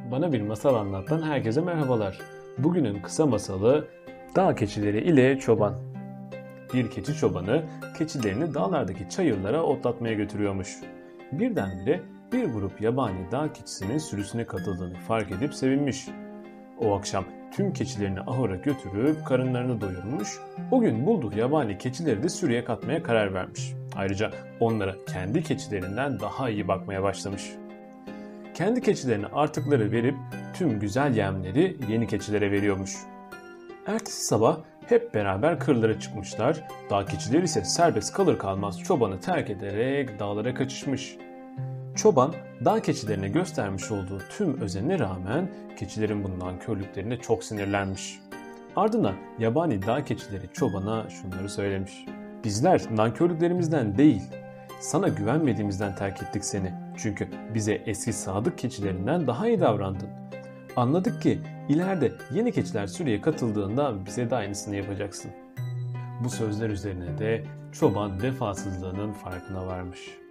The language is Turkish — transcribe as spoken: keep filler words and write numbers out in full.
Bana bir masal anlattan herkese merhabalar. Bugünün kısa masalı Dağ Keçileri ile Çoban. Bir keçi çobanı keçilerini dağlardaki çayırlara otlatmaya götürüyormuş. Birdenbire bir grup yabani dağ keçisinin sürüsüne katıldığını fark edip sevinmiş. O akşam tüm keçilerini ahıra götürüp karınlarını doyurmuş, o gün bulduğu yabani keçileri de sürüye katmaya karar vermiş. Ayrıca onlara kendi keçilerinden daha iyi bakmaya başlamış. Kendi keçilerine artıkları verip tüm güzel yemleri yeni keçilere veriyormuş. Ertesi sabah hep beraber kırlara çıkmışlar. Dağ keçileri ise serbest kalır kalmaz çobanı terk ederek dağlara kaçışmış. Çoban dağ keçilerine göstermiş olduğu tüm özene rağmen keçilerin bu nankörlüklerine çok sinirlenmiş. Ardından yabani dağ keçileri çobana şunları söylemiş. Bizler nankörlüklerimizden değil, sana güvenmediğimizden terk ettik seni. Çünkü bize eski sadık keçilerinden daha iyi davrandın. Anladık ki ileride yeni keçiler sürüye katıldığında bize de aynısını yapacaksın. Bu sözler üzerine de çoban vefasızlığının farkına varmış.